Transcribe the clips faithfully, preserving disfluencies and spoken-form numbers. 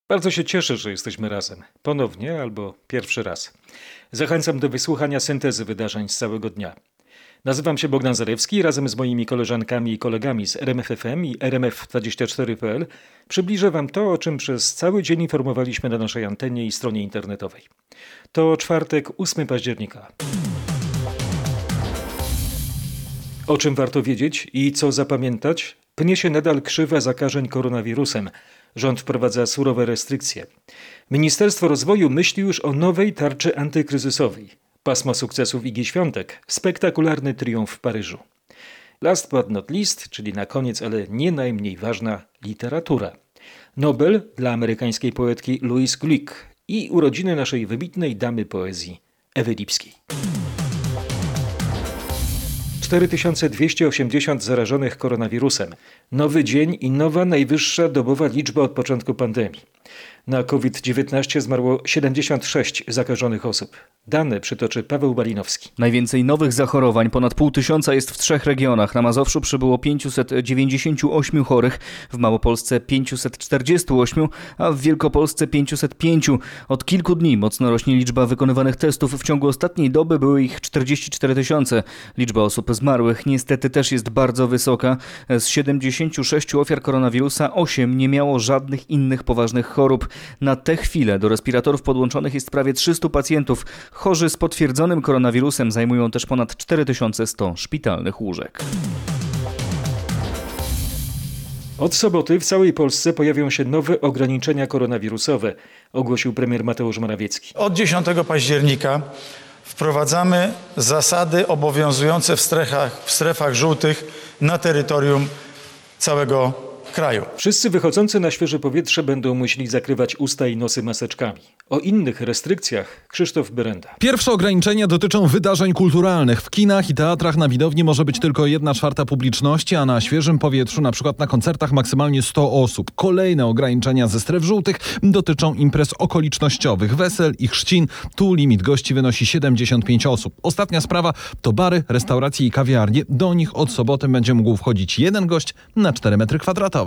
Bardzo się cieszę, że jesteśmy razem. Ponownie albo pierwszy raz. Zachęcam do wysłuchania syntezy wydarzeń z całego dnia. Nazywam się Bogdan Zarewski i razem z moimi koleżankami i kolegami z R M F F M i R M F dwadzieścia cztery kropka p l przybliżę Wam to, o czym przez cały dzień informowaliśmy na naszej antenie i stronie internetowej. To czwartek, ósmego października. O czym warto wiedzieć i co zapamiętać? Pnie się nadal krzywa zakażeń koronawirusem. Rząd wprowadza surowe restrykcje. Ministerstwo Rozwoju myśli już o nowej tarczy antykryzysowej. Pasmo sukcesów Igi Świątek. Spektakularny triumf w Paryżu. Last but not least, czyli na koniec, ale nie najmniej ważna, literatura. Nobel dla amerykańskiej poetki Louise Glück i urodziny naszej wybitnej damy poezji Ewy Lipskiej. cztery tysiące dwieście osiemdziesiąt zarażonych koronawirusem. Nowy dzień i nowa najwyższa dobowa liczba od początku pandemii. Na COVID dziewiętnaście zmarło siedemdziesiąt sześć zakażonych osób. Dane przytoczy Paweł Balinowski. Najwięcej nowych zachorowań, ponad pół tysiąca, jest w trzech regionach. Na Mazowszu przybyło pięćset dziewięćdziesiąt osiem chorych, w Małopolsce pięćset czterdzieści osiem, a w Wielkopolsce pięćset pięć. Od kilku dni mocno rośnie liczba wykonywanych testów. W ciągu ostatniej doby były ich czterdzieści cztery tysiące. Liczba osób zmarłych niestety też jest bardzo wysoka. Z siedemdziesięciu sześciu ofiar koronawirusa osiem nie miało żadnych innych poważnych chorób. Na tę chwilę do respiratorów podłączonych jest prawie trzystu pacjentów. Chorzy z potwierdzonym koronawirusem zajmują też ponad cztery tysiące sto szpitalnych łóżek. Od soboty w całej Polsce pojawią się nowe ograniczenia koronawirusowe, ogłosił premier Mateusz Morawiecki. Od dziesiątego października wprowadzamy zasady obowiązujące w strefach, w strefach żółtych na terytorium całego kraju. Wszyscy wychodzący na świeże powietrze będą musieli zakrywać usta i nosy maseczkami. O innych restrykcjach Krzysztof Byrenda. Pierwsze ograniczenia dotyczą wydarzeń kulturalnych. W kinach i teatrach na widowni może być tylko jedna czwarta publiczności, a na świeżym powietrzu, na przykład na koncertach, maksymalnie sto osób. Kolejne ograniczenia ze stref żółtych dotyczą imprez okolicznościowych, wesel i chrzcin. Tu limit gości wynosi siedemdziesiąt pięć osób. Ostatnia sprawa to bary, restauracje i kawiarnie. Do nich od soboty będzie mógł wchodzić jeden gość na cztery metry kwadratowe.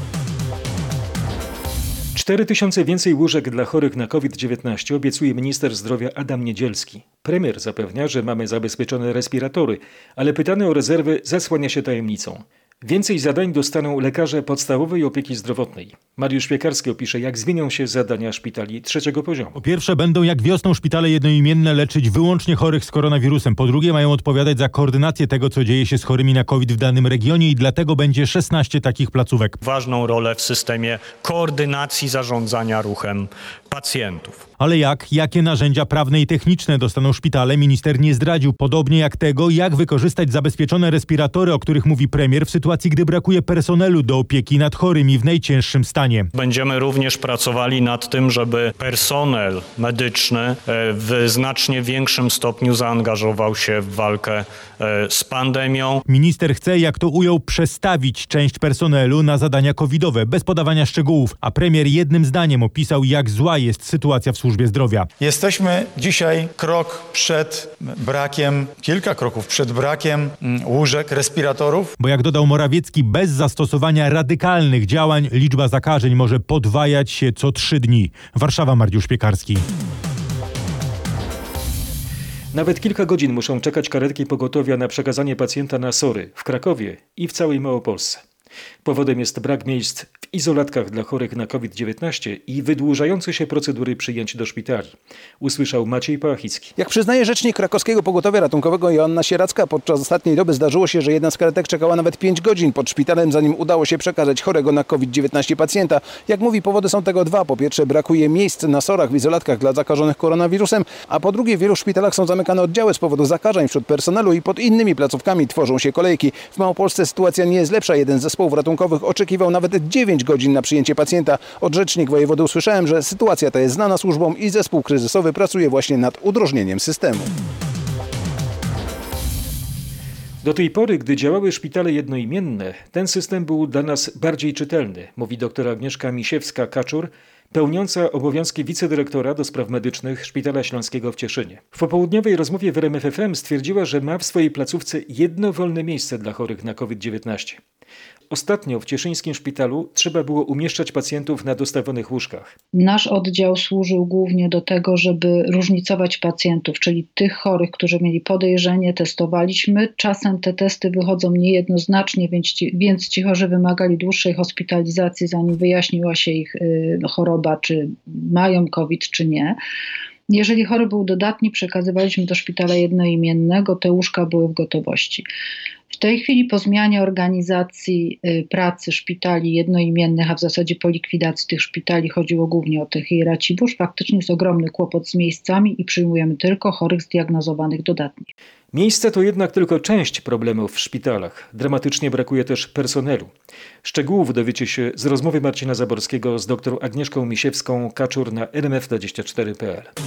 cztery tysiące więcej łóżek dla chorych na COVID dziewiętnaście obiecuje minister zdrowia Adam Niedzielski. Premier zapewnia, że mamy zabezpieczone respiratory, ale pytany o rezerwy zasłania się tajemnicą. Więcej zadań dostaną lekarze podstawowej opieki zdrowotnej. Mariusz Piekarski opisze, jak zmienią się zadania szpitali trzeciego poziomu. Po pierwsze, będą jak wiosną szpitale jednoimienne leczyć wyłącznie chorych z koronawirusem. Po drugie, mają odpowiadać za koordynację tego, co dzieje się z chorymi na COVID w danym regionie i dlatego będzie szesnaście takich placówek. Ważną rolę w systemie koordynacji zarządzania ruchem pacjentów. Ale jak? Jakie narzędzia prawne i techniczne dostaną szpitale? Minister nie zdradził. Podobnie jak tego, jak wykorzystać zabezpieczone respiratory, o których mówi premier w sytuacji, gdy brakuje personelu do opieki nad chorymi w najcięższym stanie. Będziemy również pracowali nad tym, żeby personel medyczny w znacznie większym stopniu zaangażował się w walkę z pandemią. Minister chce, jak to ujął, przestawić część personelu na zadania covidowe, bez podawania szczegółów, a premier jednym zdaniem opisał, jak zła jest sytuacja w służbie zdrowia. Jesteśmy dzisiaj krok przed brakiem, kilka kroków przed brakiem łóżek, respiratorów. Bo jak dodał Morawiecki, bez zastosowania radykalnych działań liczba zakażeń może podwajać się co trzy dni. Warszawa, Mariusz Piekarski. Nawet kilka godzin muszą czekać karetki pogotowia na przekazanie pacjenta na SOR-y w Krakowie i w całej Małopolsce. Powodem jest brak miejsc w izolatkach dla chorych na COVID dziewiętnaście i wydłużające się procedury przyjęć do szpitali. Usłyszał Maciej Pałachicki. Jak przyznaje rzecznik krakowskiego pogotowia ratunkowego Joanna Sieracka, podczas ostatniej doby zdarzyło się, że jedna z karetek czekała nawet pięć godzin pod szpitalem, zanim udało się przekazać chorego na COVID dziewiętnaście pacjenta. Jak mówi, powody są tego dwa. Po pierwsze, brakuje miejsc na SOR-ach w izolatkach dla zakażonych koronawirusem, a po drugie, w wielu szpitalach są zamykane oddziały z powodu zakażeń wśród personelu i pod innymi placówkami tworzą się kolejki. W Małopolsce sytuacja nie jest lepsza. Jeden z zespołów ratunkowych oczekiwał nawet dziewięć godzin na przyjęcie pacjenta. Od rzecznik wojewody usłyszałem, że sytuacja ta jest znana służbom i zespół kryzysowy pracuje właśnie nad udrożnieniem systemu. Do tej pory, gdy działały szpitale jednoimienne, ten system był dla nas bardziej czytelny, mówi dr Agnieszka Misiewska-Kaczur, pełniąca obowiązki wicedyrektora do spraw medycznych Szpitala Śląskiego w Cieszynie. W popołudniowej rozmowie w R M F F M stwierdziła, że ma w swojej placówce jedno wolne miejsce dla chorych na COVID dziewiętnaście. Ostatnio w cieszyńskim szpitalu trzeba było umieszczać pacjentów na dostawionych łóżkach. Nasz oddział służył głównie do tego, żeby różnicować pacjentów, czyli tych chorych, którzy mieli podejrzenie, testowaliśmy. Czasem te testy wychodzą niejednoznacznie, więc ci, więc ci chorzy wymagali dłuższej hospitalizacji, zanim wyjaśniła się ich y, choroba, czy mają COVID, czy nie. Jeżeli chory był dodatni, przekazywaliśmy do szpitala jednoimiennego, te łóżka były w gotowości. W tej chwili po zmianie organizacji pracy szpitali jednoimiennych, a w zasadzie po likwidacji tych szpitali, chodziło głównie o te hieracibus, faktycznie jest ogromny kłopot z miejscami i przyjmujemy tylko chorych zdiagnozowanych dodatnie. Miejsce to jednak tylko część problemów w szpitalach. Dramatycznie brakuje też personelu. Szczegółów dowiecie się z rozmowy Marcina Zaborskiego z dr Agnieszką Misiewską-Kaczur na r m f dwadzieścia cztery kropka p l.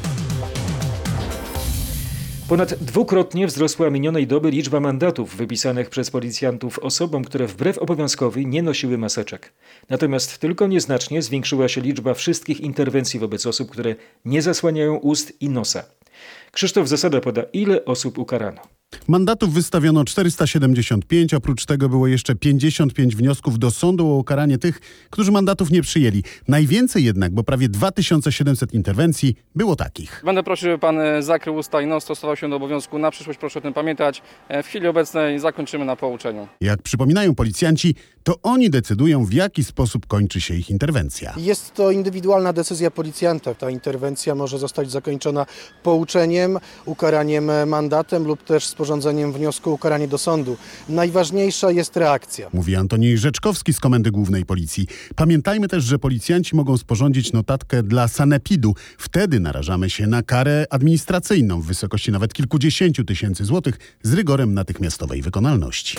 Ponad dwukrotnie wzrosła minionej doby liczba mandatów wypisanych przez policjantów osobom, które wbrew obowiązkowi nie nosiły maseczek. Natomiast tylko nieznacznie zwiększyła się liczba wszystkich interwencji wobec osób, które nie zasłaniają ust i nosa. Krzysztof Zasada poda, ile osób ukarano. Mandatów wystawiono czterysta siedemdziesiąt pięć, oprócz tego było jeszcze pięćdziesiąt pięć wniosków do sądu o ukaranie tych, którzy mandatów nie przyjęli. Najwięcej jednak, bo prawie dwa tysiące siedemset interwencji było takich. Będę prosił, żeby pan zakrył usta i nos, stosował się do obowiązku. Na przyszłość proszę o tym pamiętać. W chwili obecnej zakończymy na pouczeniu. Jak przypominają policjanci, to oni decydują, w jaki sposób kończy się ich interwencja. Jest to indywidualna decyzja policjanta. Ta interwencja może zostać zakończona pouczeniem, ukaraniem mandatem lub też sporządzeniem wniosku o ukaranie do sądu. Najważniejsza jest reakcja. Mówi Antoni Rzeczkowski z Komendy Głównej Policji. Pamiętajmy też, że policjanci mogą sporządzić notatkę dla sanepidu. Wtedy narażamy się na karę administracyjną w wysokości nawet kilkudziesięciu tysięcy złotych z rygorem natychmiastowej wykonalności.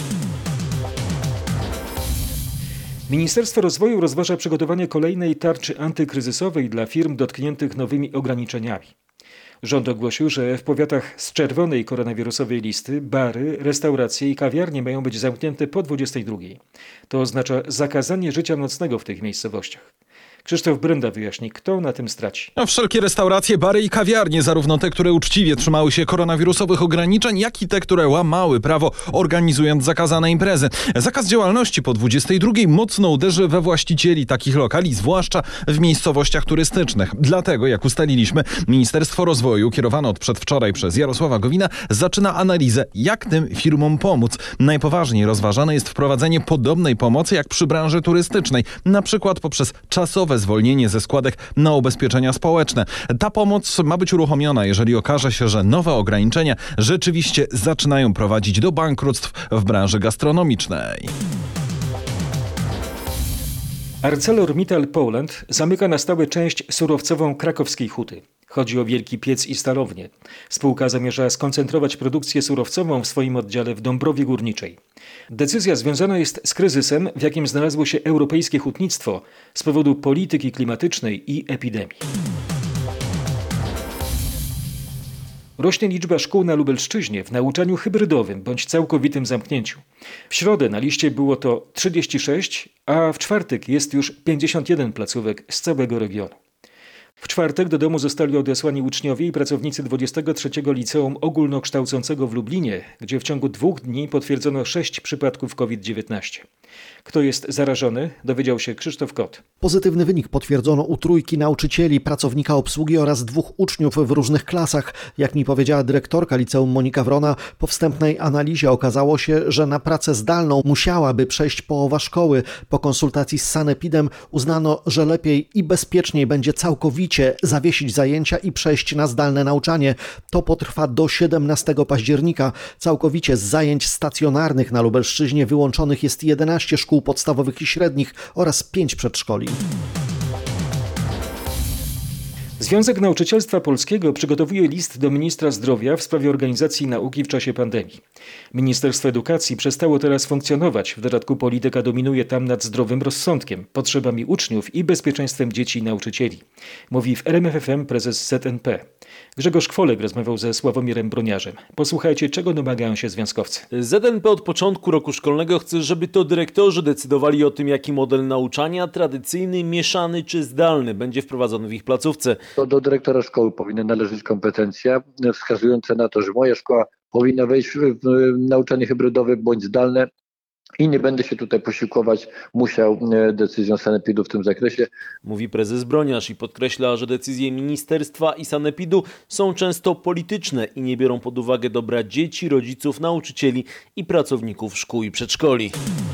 Ministerstwo Rozwoju rozważa przygotowanie kolejnej tarczy antykryzysowej dla firm dotkniętych nowymi ograniczeniami. Rząd ogłosił, że w powiatach z czerwonej koronawirusowej listy bary, restauracje i kawiarnie mają być zamknięte po dwudziestej drugiej. To oznacza zakazanie życia nocnego w tych miejscowościach. Krzysztof Brynda wyjaśni, kto na tym straci. No, wszelkie restauracje, bary i kawiarnie, zarówno te, które uczciwie trzymały się koronawirusowych ograniczeń, jak i te, które łamały prawo, organizując zakazane imprezy. Zakaz działalności po dwudziestej drugiej mocno uderzy we właścicieli takich lokali, zwłaszcza w miejscowościach turystycznych. Dlatego, jak ustaliliśmy, Ministerstwo Rozwoju, kierowane od przedwczoraj przez Jarosława Gowina, zaczyna analizę, jak tym firmom pomóc. Najpoważniej rozważane jest wprowadzenie podobnej pomocy jak przy branży turystycznej, na przykład poprzez czasowe zwolnienie ze składek na ubezpieczenia społeczne. Ta pomoc ma być uruchomiona, jeżeli okaże się, że nowe ograniczenia rzeczywiście zaczynają prowadzić do bankructw w branży gastronomicznej. ArcelorMittal Poland zamyka na stałe część surowcową krakowskiej huty. Chodzi o wielki piec i stalownię. Spółka zamierza skoncentrować produkcję surowcową w swoim oddziale w Dąbrowie Górniczej. Decyzja związana jest z kryzysem, w jakim znalazło się europejskie hutnictwo z powodu polityki klimatycznej i epidemii. Rośnie liczba szkół na Lubelszczyźnie w nauczaniu hybrydowym bądź całkowitym zamknięciu. W środę na liście było to trzydzieści sześć, a w czwartek jest już pięćdziesiąt jeden placówek z całego regionu. W czwartek do domu zostali odesłani uczniowie i pracownicy dwudziestego trzeciego Liceum Ogólnokształcącego w Lublinie, gdzie w ciągu dwóch dni potwierdzono sześć przypadków COVID dziewiętnaście. Kto jest zarażony, dowiedział się Krzysztof Kot. Pozytywny wynik potwierdzono u trójki nauczycieli, pracownika obsługi oraz dwóch uczniów w różnych klasach. Jak mi powiedziała dyrektorka liceum Monika Wrona, po wstępnej analizie okazało się, że na pracę zdalną musiałaby przejść połowa szkoły. Po konsultacji z sanepidem uznano, że lepiej i bezpieczniej będzie całkowicie zawiesić zajęcia i przejść na zdalne nauczanie. To potrwa do siedemnastego października. Całkowicie z zajęć stacjonarnych na Lubelszczyźnie wyłączonych jest jedenaście szkół podstawowych i średnich oraz pięć przedszkoli. Związek Nauczycielstwa Polskiego przygotowuje list do ministra zdrowia w sprawie organizacji nauki w czasie pandemii. Ministerstwo Edukacji przestało teraz funkcjonować. W dodatku polityka dominuje tam nad zdrowym rozsądkiem, potrzebami uczniów i bezpieczeństwem dzieci i nauczycieli. Mówi w R M F F M prezes Z N P. Grzegorz Kwolek rozmawiał ze Sławomirem Broniarzem. Posłuchajcie, czego domagają się związkowcy. Z N P od początku roku szkolnego chce, żeby to dyrektorzy decydowali o tym, jaki model nauczania, tradycyjny, mieszany czy zdalny, będzie wprowadzony w ich placówce. To do dyrektora szkoły powinna należeć kompetencja wskazująca na to, że moja szkoła powinna wejść w nauczanie hybrydowe bądź zdalne i nie będę się tutaj posiłkować musiał decyzją sanepidu w tym zakresie. Mówi prezes Broniarz i podkreśla, że decyzje ministerstwa i sanepidu są często polityczne i nie biorą pod uwagę dobra dzieci, rodziców, nauczycieli i pracowników szkół i przedszkoli.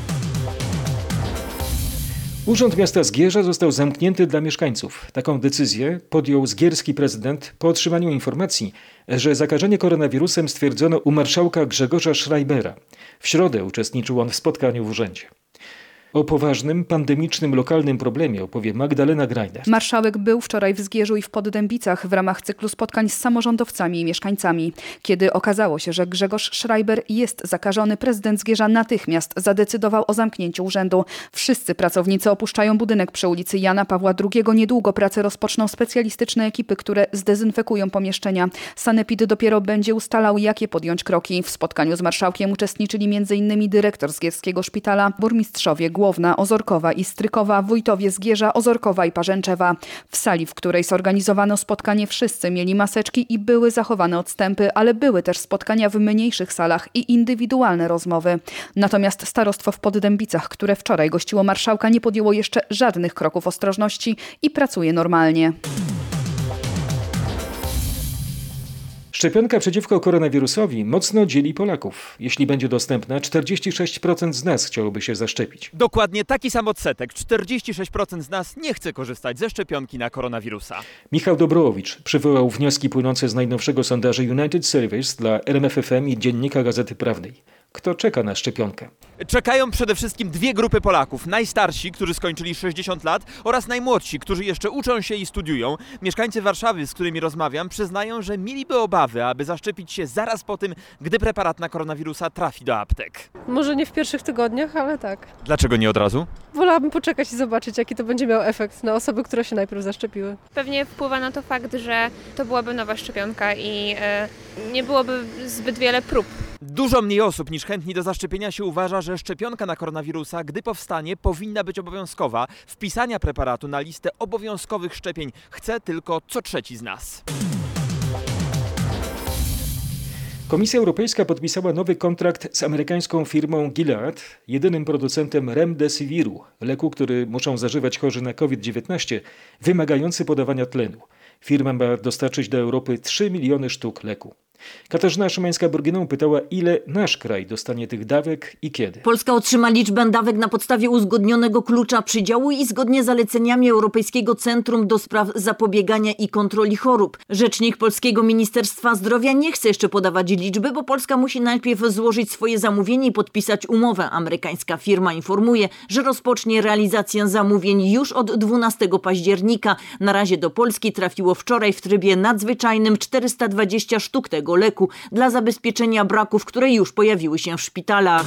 Urząd Miasta Zgierza został zamknięty dla mieszkańców. Taką decyzję podjął zgierski prezydent po otrzymaniu informacji, że zakażenie koronawirusem stwierdzono u marszałka Grzegorza Schreibera. W środę uczestniczył on w spotkaniu w urzędzie. O poważnym, pandemicznym, lokalnym problemie opowie Magdalena Grajner. Marszałek był wczoraj w Zgierzu i w Poddębicach w ramach cyklu spotkań z samorządowcami i mieszkańcami. Kiedy okazało się, że Grzegorz Schreiber jest zakażony, prezydent Zgierza natychmiast zadecydował o zamknięciu urzędu. Wszyscy pracownicy opuszczają budynek przy ulicy Jana Pawła drugiego. Niedługo pracę rozpoczną specjalistyczne ekipy, które zdezynfekują pomieszczenia. Sanepid dopiero będzie ustalał, jakie podjąć kroki. W spotkaniu z marszałkiem uczestniczyli między innymi dyrektor Zgierskiego Szpitala, burmistrzowie Głowna, Ozorkowa i Strykowa, wójtowie Zgierza, Ozorkowa i Parzęczewa. W sali, w której zorganizowano spotkanie, wszyscy mieli maseczki i były zachowane odstępy, ale były też spotkania w mniejszych salach i indywidualne rozmowy. Natomiast starostwo w Poddębicach, które wczoraj gościło marszałka, nie podjęło jeszcze żadnych kroków ostrożności i pracuje normalnie. Szczepionka przeciwko koronawirusowi mocno dzieli Polaków. Jeśli będzie dostępna, czterdzieści sześć procent z nas chciałoby się zaszczepić. Dokładnie taki sam odsetek, czterdzieści sześć procent z nas nie chce korzystać ze szczepionki na koronawirusa. Michał Dobrowicz przywołał wnioski płynące z najnowszego sondażu United Service dla R M F F M i Dziennika Gazety Prawnej. Kto czeka na szczepionkę? Czekają przede wszystkim dwie grupy Polaków. Najstarsi, którzy skończyli sześćdziesiąt lat, oraz najmłodsi, którzy jeszcze uczą się i studiują. Mieszkańcy Warszawy, z którymi rozmawiam, przyznają, że mieliby obawy, aby zaszczepić się zaraz po tym, gdy preparat na koronawirusa trafi do aptek. Może nie w pierwszych tygodniach, ale tak. Dlaczego nie od razu? Wolałabym poczekać i zobaczyć, jaki to będzie miał efekt na osoby, które się najpierw zaszczepiły. Pewnie wpływa na to fakt, że to byłaby nowa szczepionka i e, nie byłoby zbyt wiele prób. Dużo mniej osób niż chętni do zaszczepienia się uważa, że szczepionka na koronawirusa, gdy powstanie, powinna być obowiązkowa. Wpisania preparatu na listę obowiązkowych szczepień chce tylko co trzeci z nas. Komisja Europejska podpisała nowy kontrakt z amerykańską firmą Gilead, jedynym producentem Remdesiviru, leku, który muszą zażywać chorzy na COVID dziewiętnaście, wymagający podawania tlenu. Firma ma dostarczyć do Europy trzy miliony sztuk leku. Katarzyna Szymańska-Borginą pytała, ile nasz kraj dostanie tych dawek i kiedy. Polska otrzyma liczbę dawek na podstawie uzgodnionego klucza przydziału i zgodnie z zaleceniami Europejskiego Centrum do Spraw Zapobiegania i Kontroli Chorób. Rzecznik Polskiego Ministerstwa Zdrowia nie chce jeszcze podawać liczby, bo Polska musi najpierw złożyć swoje zamówienie i podpisać umowę. Amerykańska firma informuje, że rozpocznie realizację zamówień już od dwunastego października. Na razie do Polski trafiło wczoraj w trybie nadzwyczajnym czterysta dwadzieścia sztuk tego leku dla zabezpieczenia braków, które już pojawiły się w szpitalach.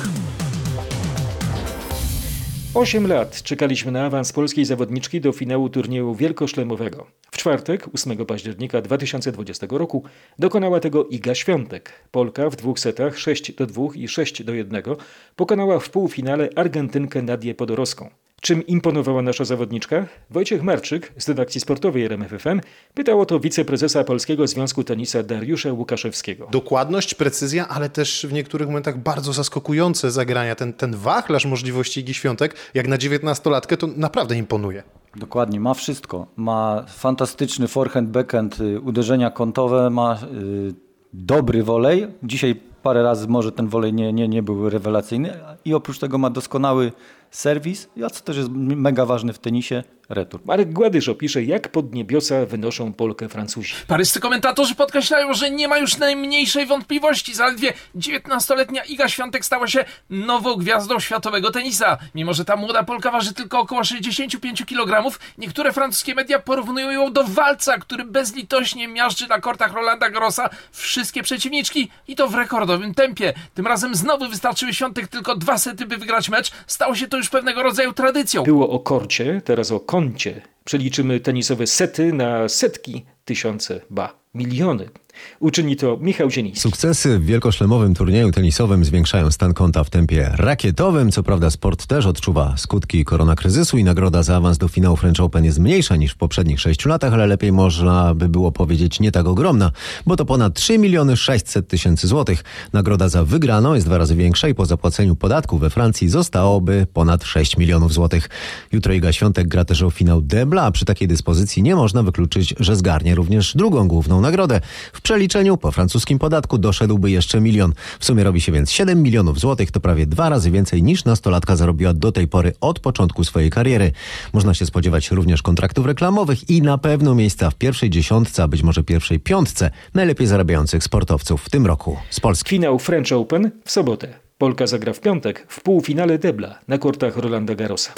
Osiem lat czekaliśmy na awans polskiej zawodniczki do finału turnieju wielkoszlemowego. W czwartek, ósmego października dwa tysiące dwudziestego roku, dokonała tego Iga Świątek. Polka w dwóch setach sześć do dwóch i sześć do jednego pokonała w półfinale Argentynkę Nadię Podorowską. Czym imponowała nasza zawodniczka? Wojciech Marczyk z redakcji sportowej R M F F M pytał o to wiceprezesa Polskiego Związku Tenisa Dariusza Łukaszewskiego. Dokładność, precyzja, ale też w niektórych momentach bardzo zaskakujące zagrania. Ten, ten wachlarz możliwości Igi Świątek, jak na dziewiętnastolatkę, to naprawdę imponuje. Dokładnie, ma wszystko. Ma fantastyczny forehand, backhand, uderzenia kątowe, ma yy, dobry wolej. Dzisiaj parę razy może ten wolej nie, nie, nie był rewelacyjny i oprócz tego ma doskonały serwis, a co też jest mega ważny w tenisie, retur. Marek Gładysz opisze, jak pod niebiosa wynoszą Polkę Francuzi. Paryscy komentatorzy podkreślają, że nie ma już najmniejszej wątpliwości. Zaledwie dziewiętnastoletnia Iga Świątek stała się nową gwiazdą światowego tenisa. Mimo że ta młoda Polka waży tylko około sześćdziesiąt pięć kilogramów, niektóre francuskie media porównują ją do walca, który bezlitośnie miażdży na kortach Rolanda Garrosa wszystkie przeciwniczki i to w rekordowym tempie. Tym razem znowu wystarczyły Świątek tylko dwa sety, by wygrać mecz. Stało się to już pewnego rodzaju tradycją. Było o korcie, teraz o koncie. Przeliczymy tenisowe sety na setki, tysiące, ba, miliony. Uczyni to Michał Zieliński. Sukcesy w wielkoszlemowym turnieju tenisowym zwiększają stan konta w tempie rakietowym. Co prawda sport też odczuwa skutki koronakryzysu i nagroda za awans do finału French Open jest mniejsza niż w poprzednich sześciu latach, ale lepiej można by było powiedzieć nie tak ogromna, bo to ponad trzy miliony sześćset tysięcy złotych. Nagroda za wygraną jest dwa razy większa i po zapłaceniu podatku we Francji zostałoby ponad sześć milionów złotych. Jutro Iga Świątek gra też o finał debla, a przy takiej dyspozycji nie można wykluczyć, że zgarnie również drugą główną nagrodę. W przeliczeniu po francuskim podatku doszedłby jeszcze milion. W sumie robi się więc siedem milionów złotych, to prawie dwa razy więcej niż nastolatka zarobiła do tej pory od początku swojej kariery. Można się spodziewać również kontraktów reklamowych i na pewno miejsca w pierwszej dziesiątce, a być może pierwszej piątce najlepiej zarabiających sportowców w tym roku z Polski. Finał French Open w sobotę. Polka zagra w piątek w półfinale debla na kortach Rolanda Garrosa.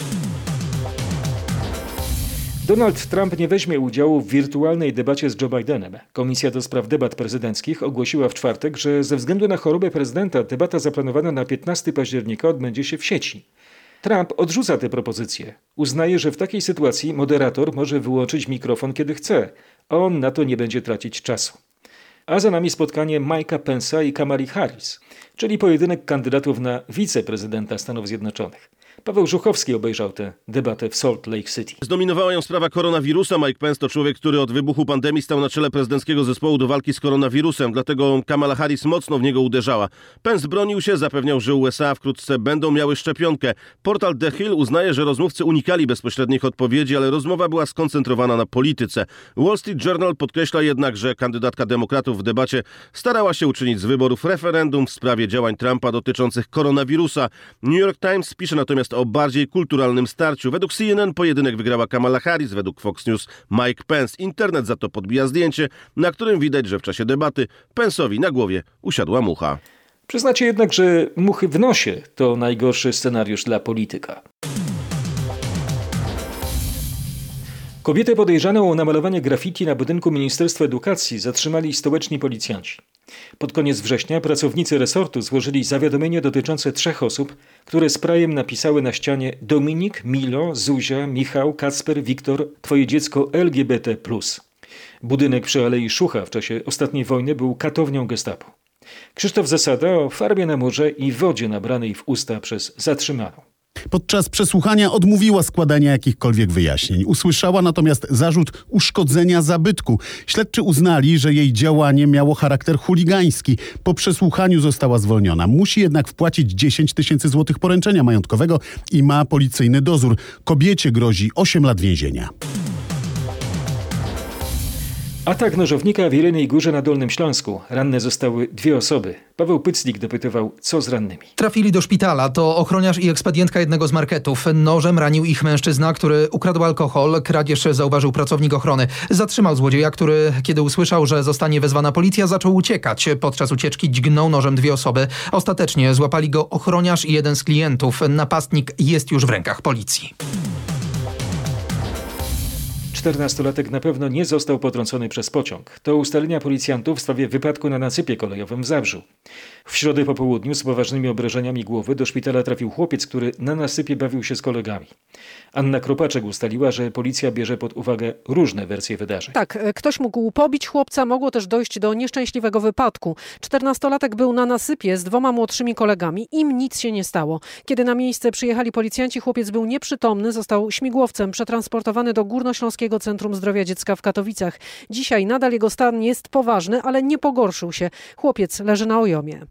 Donald Trump nie weźmie udziału w wirtualnej debacie z Joe Bidenem. Komisja do spraw debat prezydenckich ogłosiła w czwartek, że ze względu na chorobę prezydenta debata zaplanowana na piętnastego października odbędzie się w sieci. Trump odrzuca tę propozycję. Uznaje, że w takiej sytuacji moderator może wyłączyć mikrofon kiedy chce, a on na to nie będzie tracić czasu. A za nami spotkanie Mike'a Pence'a i Kamali Harris, czyli pojedynek kandydatów na wiceprezydenta Stanów Zjednoczonych. Paweł Żuchowski obejrzał tę debatę w Salt Lake City. Zdominowała ją sprawa koronawirusa. Mike Pence to człowiek, który od wybuchu pandemii stał na czele prezydenckiego zespołu do walki z koronawirusem, dlatego Kamala Harris mocno w niego uderzała. Pence bronił się, zapewniał, że U S A wkrótce będą miały szczepionkę. Portal The Hill uznaje, że rozmówcy unikali bezpośrednich odpowiedzi, ale rozmowa była skoncentrowana na polityce. Wall Street Journal podkreśla jednak, że kandydatka demokratów w debacie starała się uczynić z wyborów referendum w sprawie działań Trumpa dotyczących koronawirusa. New York Times pisze natomiast o bardziej kulturalnym starciu. Według C N N pojedynek wygrała Kamala Harris, według Fox News Mike Pence. Internet za to podbija zdjęcie, na którym widać, że w czasie debaty Pence'owi na głowie usiadła mucha. Przyznacie jednak, że muchy w nosie to najgorszy scenariusz dla polityka. Kobietę podejrzaną o namalowanie graffiti na budynku Ministerstwa Edukacji zatrzymali stołeczni policjanci. Pod koniec września pracownicy resortu złożyli zawiadomienie dotyczące trzech osób, które sprayem napisały na ścianie: Dominik, Milo, Zuzia, Michał, Kacper, Wiktor, twoje dziecko L G B T plus. Budynek przy Alei Szucha w czasie ostatniej wojny był katownią gestapo. Krzysztof Zasada o farbie na murze i wodzie nabranej w usta przez zatrzymaną. Podczas przesłuchania odmówiła składania jakichkolwiek wyjaśnień. Usłyszała natomiast zarzut uszkodzenia zabytku. Śledczy uznali, że jej działanie miało charakter chuligański. Po przesłuchaniu została zwolniona. Musi jednak wpłacić dziesięć tysięcy złotych poręczenia majątkowego i ma policyjny dozór. Kobiecie grozi osiem lat więzienia. Atak nożownika w Jeleniej Górze na Dolnym Śląsku. Ranne zostały dwie osoby. Paweł Pyclik dopytywał, co z rannymi. Trafili do szpitala. To ochroniarz i ekspedientka jednego z marketów. Nożem ranił ich mężczyzna, który ukradł alkohol. Kradzież zauważył pracownik ochrony. Zatrzymał złodzieja, który, kiedy usłyszał, że zostanie wezwana policja, zaczął uciekać. Podczas ucieczki dźgnął nożem dwie osoby. Ostatecznie złapali go ochroniarz i jeden z klientów. Napastnik jest już w rękach policji. czternastolatek na pewno nie został potrącony przez pociąg. To ustalenia policjantów w sprawie wypadku na nasypie kolejowym w Zabrzu. W środę po południu z poważnymi obrażeniami głowy do szpitala trafił chłopiec, który na nasypie bawił się z kolegami. Anna Kropaczek ustaliła, że policja bierze pod uwagę różne wersje wydarzeń. Tak, ktoś mógł pobić chłopca, mogło też dojść do nieszczęśliwego wypadku. czternastolatek był na nasypie z dwoma młodszymi kolegami. Im nic się nie stało. Kiedy na miejsce przyjechali policjanci, chłopiec był nieprzytomny, został śmigłowcem przetransportowany do Górnośląskiego Centrum Zdrowia Dziecka w Katowicach. Dzisiaj nadal jego stan jest poważny, ale nie pogorszył się. Chłopiec leży na ojomie.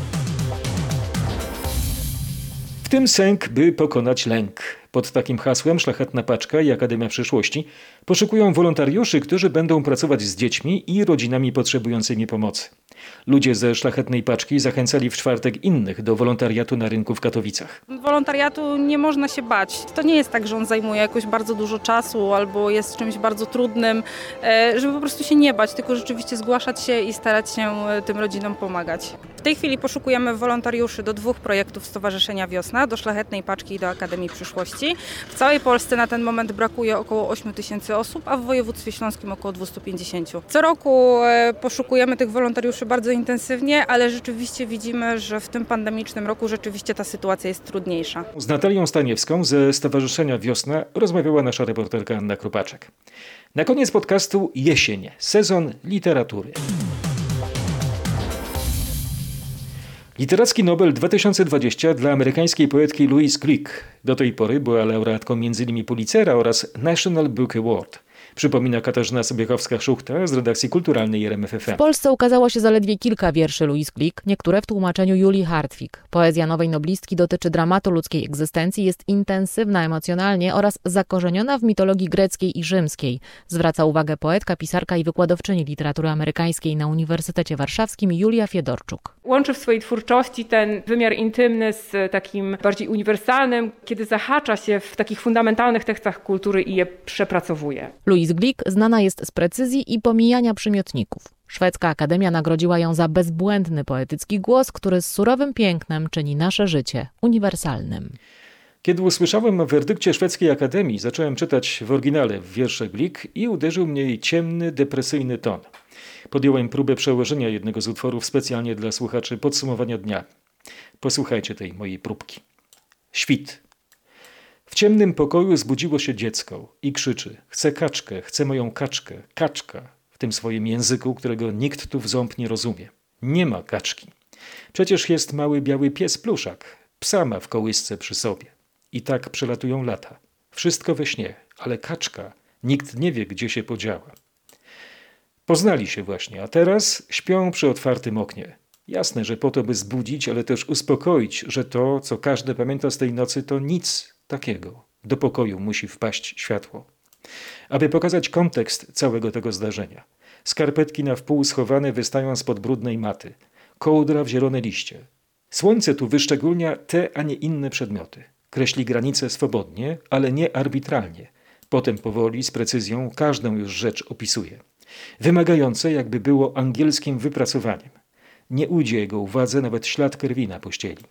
W tym sęk, by pokonać lęk. Pod takim hasłem Szlachetna Paczka i Akademia Przyszłości poszukują wolontariuszy, którzy będą pracować z dziećmi i rodzinami potrzebującymi pomocy. Ludzie ze Szlachetnej Paczki zachęcali w czwartek innych do wolontariatu na rynku w Katowicach. Wolontariatu nie można się bać. To nie jest tak, że on zajmuje jakoś bardzo dużo czasu albo jest czymś bardzo trudnym, żeby po prostu się nie bać, tylko rzeczywiście zgłaszać się i starać się tym rodzinom pomagać. W tej chwili poszukujemy wolontariuszy do dwóch projektów Stowarzyszenia Wiosna, do Szlachetnej Paczki i do Akademii Przyszłości. W całej Polsce na ten moment brakuje około ośmiu tysięcy osób, a w województwie śląskim około dwieście pięćdziesiąt. Co roku poszukujemy tych wolontariuszy bardzo intensywnie, ale rzeczywiście widzimy, że w tym pandemicznym roku rzeczywiście ta sytuacja jest trudniejsza. Z Natalią Staniewską ze Stowarzyszenia Wiosna rozmawiała nasza reporterka Anna Kropaczek. Na koniec podcastu jesień, sezon literatury. Literacki Nobel dwa tysiące dwudziesty dla amerykańskiej poetki Louise Glück. Do tej pory była laureatką między innymi Pulitzera oraz National Book Award. Przypomina Katarzyna Sobiechowska-Szuchta z redakcji kulturalnej R M F F M. W Polsce ukazało się zaledwie kilka wierszy Louise Glück, niektóre w tłumaczeniu Julii Hartwig. Poezja nowej noblistki dotyczy dramatu ludzkiej egzystencji, jest intensywna emocjonalnie oraz zakorzeniona w mitologii greckiej i rzymskiej. Zwraca uwagę poetka, pisarka i wykładowczyni literatury amerykańskiej na Uniwersytecie Warszawskim Julia Fiedorczuk. Łączy w swojej twórczości ten wymiar intymny z takim bardziej uniwersalnym, kiedy zahacza się w takich fundamentalnych tekstach kultury i je przepracowuje. Louise Glück znana jest z precyzji i pomijania przymiotników. Szwedzka Akademia nagrodziła ją za bezbłędny poetycki głos, który z surowym pięknem czyni nasze życie uniwersalnym. Kiedy usłyszałem o werdykcie szwedzkiej akademii, zacząłem czytać w oryginale wiersze Glück i uderzył mnie jej ciemny, depresyjny ton. Podjąłem próbę przełożenia jednego z utworów specjalnie dla słuchaczy podsumowania dnia. Posłuchajcie tej mojej próbki. Świt. W ciemnym pokoju zbudziło się dziecko i krzyczy: chcę kaczkę, chcę moją kaczkę, kaczka, w tym swoim języku, którego nikt tu w ząb nie rozumie. Nie ma kaczki. Przecież jest mały biały pies pluszak, psa ma w kołysce przy sobie. I tak przelatują lata. Wszystko we śnie, ale kaczka, nikt nie wie, gdzie się podziała. Poznali się właśnie, a teraz śpią przy otwartym oknie. Jasne, że po to, by zbudzić, ale też uspokoić, że to, co każdy pamięta z tej nocy, to nic takiego. Do pokoju musi wpaść światło. Aby pokazać kontekst całego tego zdarzenia. Skarpetki na wpół schowane wystają spod brudnej maty. Kołdra w zielone liście. Słońce tu wyszczególnia te, a nie inne przedmioty. Kreśli granice swobodnie, ale nie arbitralnie. Potem powoli, z precyzją, każdą już rzecz opisuje. Wymagające, jakby było angielskim wypracowaniem. Nie ujdzie jego uwadze nawet ślad krwi na pościeli.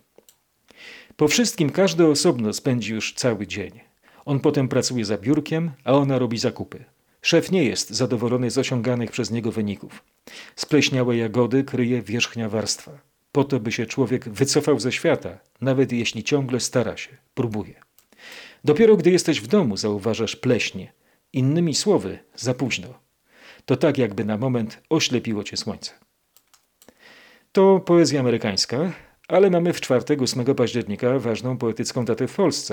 Po wszystkim każdy osobno spędzi już cały dzień. On potem pracuje za biurkiem, a ona robi zakupy. Szef nie jest zadowolony z osiąganych przez niego wyników. Spleśniałe jagody kryje wierzchnia warstwa. Po to, by się człowiek wycofał ze świata, nawet jeśli ciągle stara się, próbuje. Dopiero gdy jesteś w domu, zauważasz pleśnie. Innymi słowy, za późno. To tak, jakby na moment oślepiło cię słońce. To poezja amerykańska, ale mamy w czwartek, ósmego października ważną poetycką datę w Polsce.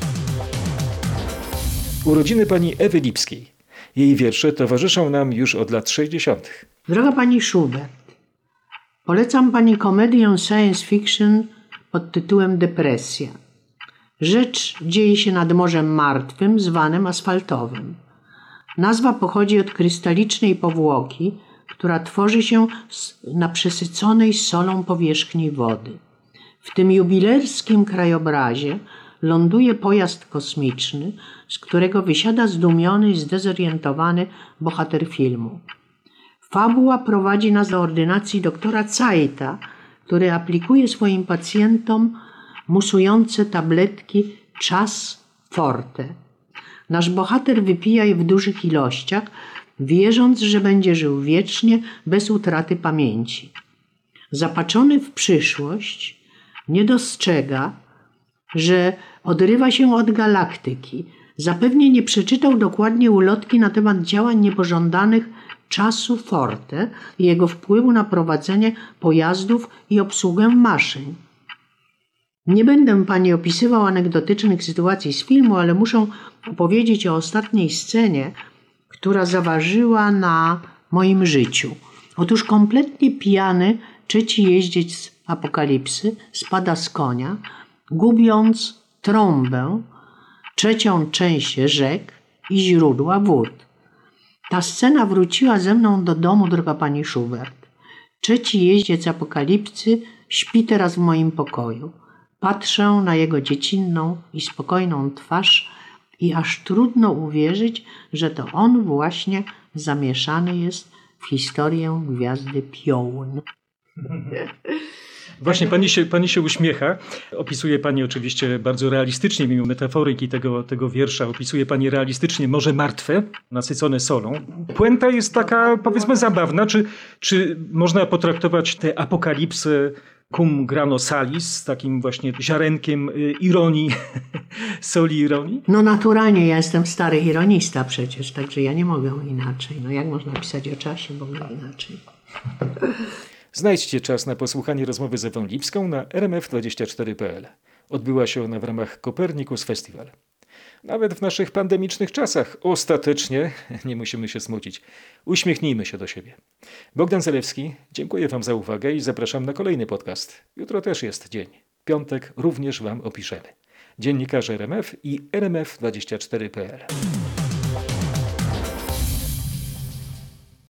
Urodziny pani Ewy Lipskiej. Jej wiersze towarzyszą nam już od lat sześćdziesiątych. Droga pani Schubert, polecam pani komedię science fiction pod tytułem Depresja. Rzecz dzieje się nad Morzem Martwym, zwanym asfaltowym. Nazwa pochodzi od krystalicznej powłoki, która tworzy się na przesyconej solą powierzchni wody. W tym jubilerskim krajobrazie ląduje pojazd kosmiczny, z którego wysiada zdumiony i zdezorientowany bohater filmu. Fabuła prowadzi nas do ordynacji doktora Zeita, który aplikuje swoim pacjentom musujące tabletki Czas Forte. Nasz bohater wypija je w dużych ilościach, wierząc, że będzie żył wiecznie, bez utraty pamięci. Zapatrzony w przyszłość, nie dostrzega, że odrywa się od galaktyki. Zapewnie nie przeczytał dokładnie ulotki na temat działań niepożądanych czasu Forte i jego wpływu na prowadzenie pojazdów i obsługę maszyn. Nie będę pani opisywał anegdotycznych sytuacji z filmu, ale muszę opowiedzieć o ostatniej scenie, która zaważyła na moim życiu. Otóż kompletnie pijany trzeci jeździec z apokalipsy spada z konia, gubiąc trąbę, trzecią część rzek i źródła wód. Ta scena wróciła ze mną do domu, droga pani Schubert. Trzeci jeździec apokalipsy śpi teraz w moim pokoju. Patrzę na jego dziecinną i spokojną twarz i aż trudno uwierzyć, że to on właśnie zamieszany jest w historię Gwiazdy Piołun. Właśnie pani się, pani się uśmiecha. Opisuje pani oczywiście bardzo realistycznie, mimo metaforyki tego, tego wiersza, opisuje pani realistycznie Morze Martwe, nasycone solą. Puenta jest taka, powiedzmy, zabawna. Czy, czy można potraktować tę apokalipsę cum grano salis, z takim właśnie ziarenkiem ironii, soli ironii? No naturalnie, ja jestem stary ironista przecież, także ja nie mogę inaczej. No jak można pisać o czasie w ogóle inaczej? Znajdźcie czas na posłuchanie rozmowy z Ewą Lipską na r m f dwadzieścia cztery kropka p l. Odbyła się ona w ramach Copernicus Festival. Nawet w naszych pandemicznych czasach ostatecznie nie musimy się smucić. Uśmiechnijmy się do siebie. Bogdan Zalewski, dziękuję Wam za uwagę i zapraszam na kolejny podcast. Jutro też jest dzień. Piątek również Wam opiszemy. Dziennikarze R M F i R M F dwadzieścia cztery kropka p l.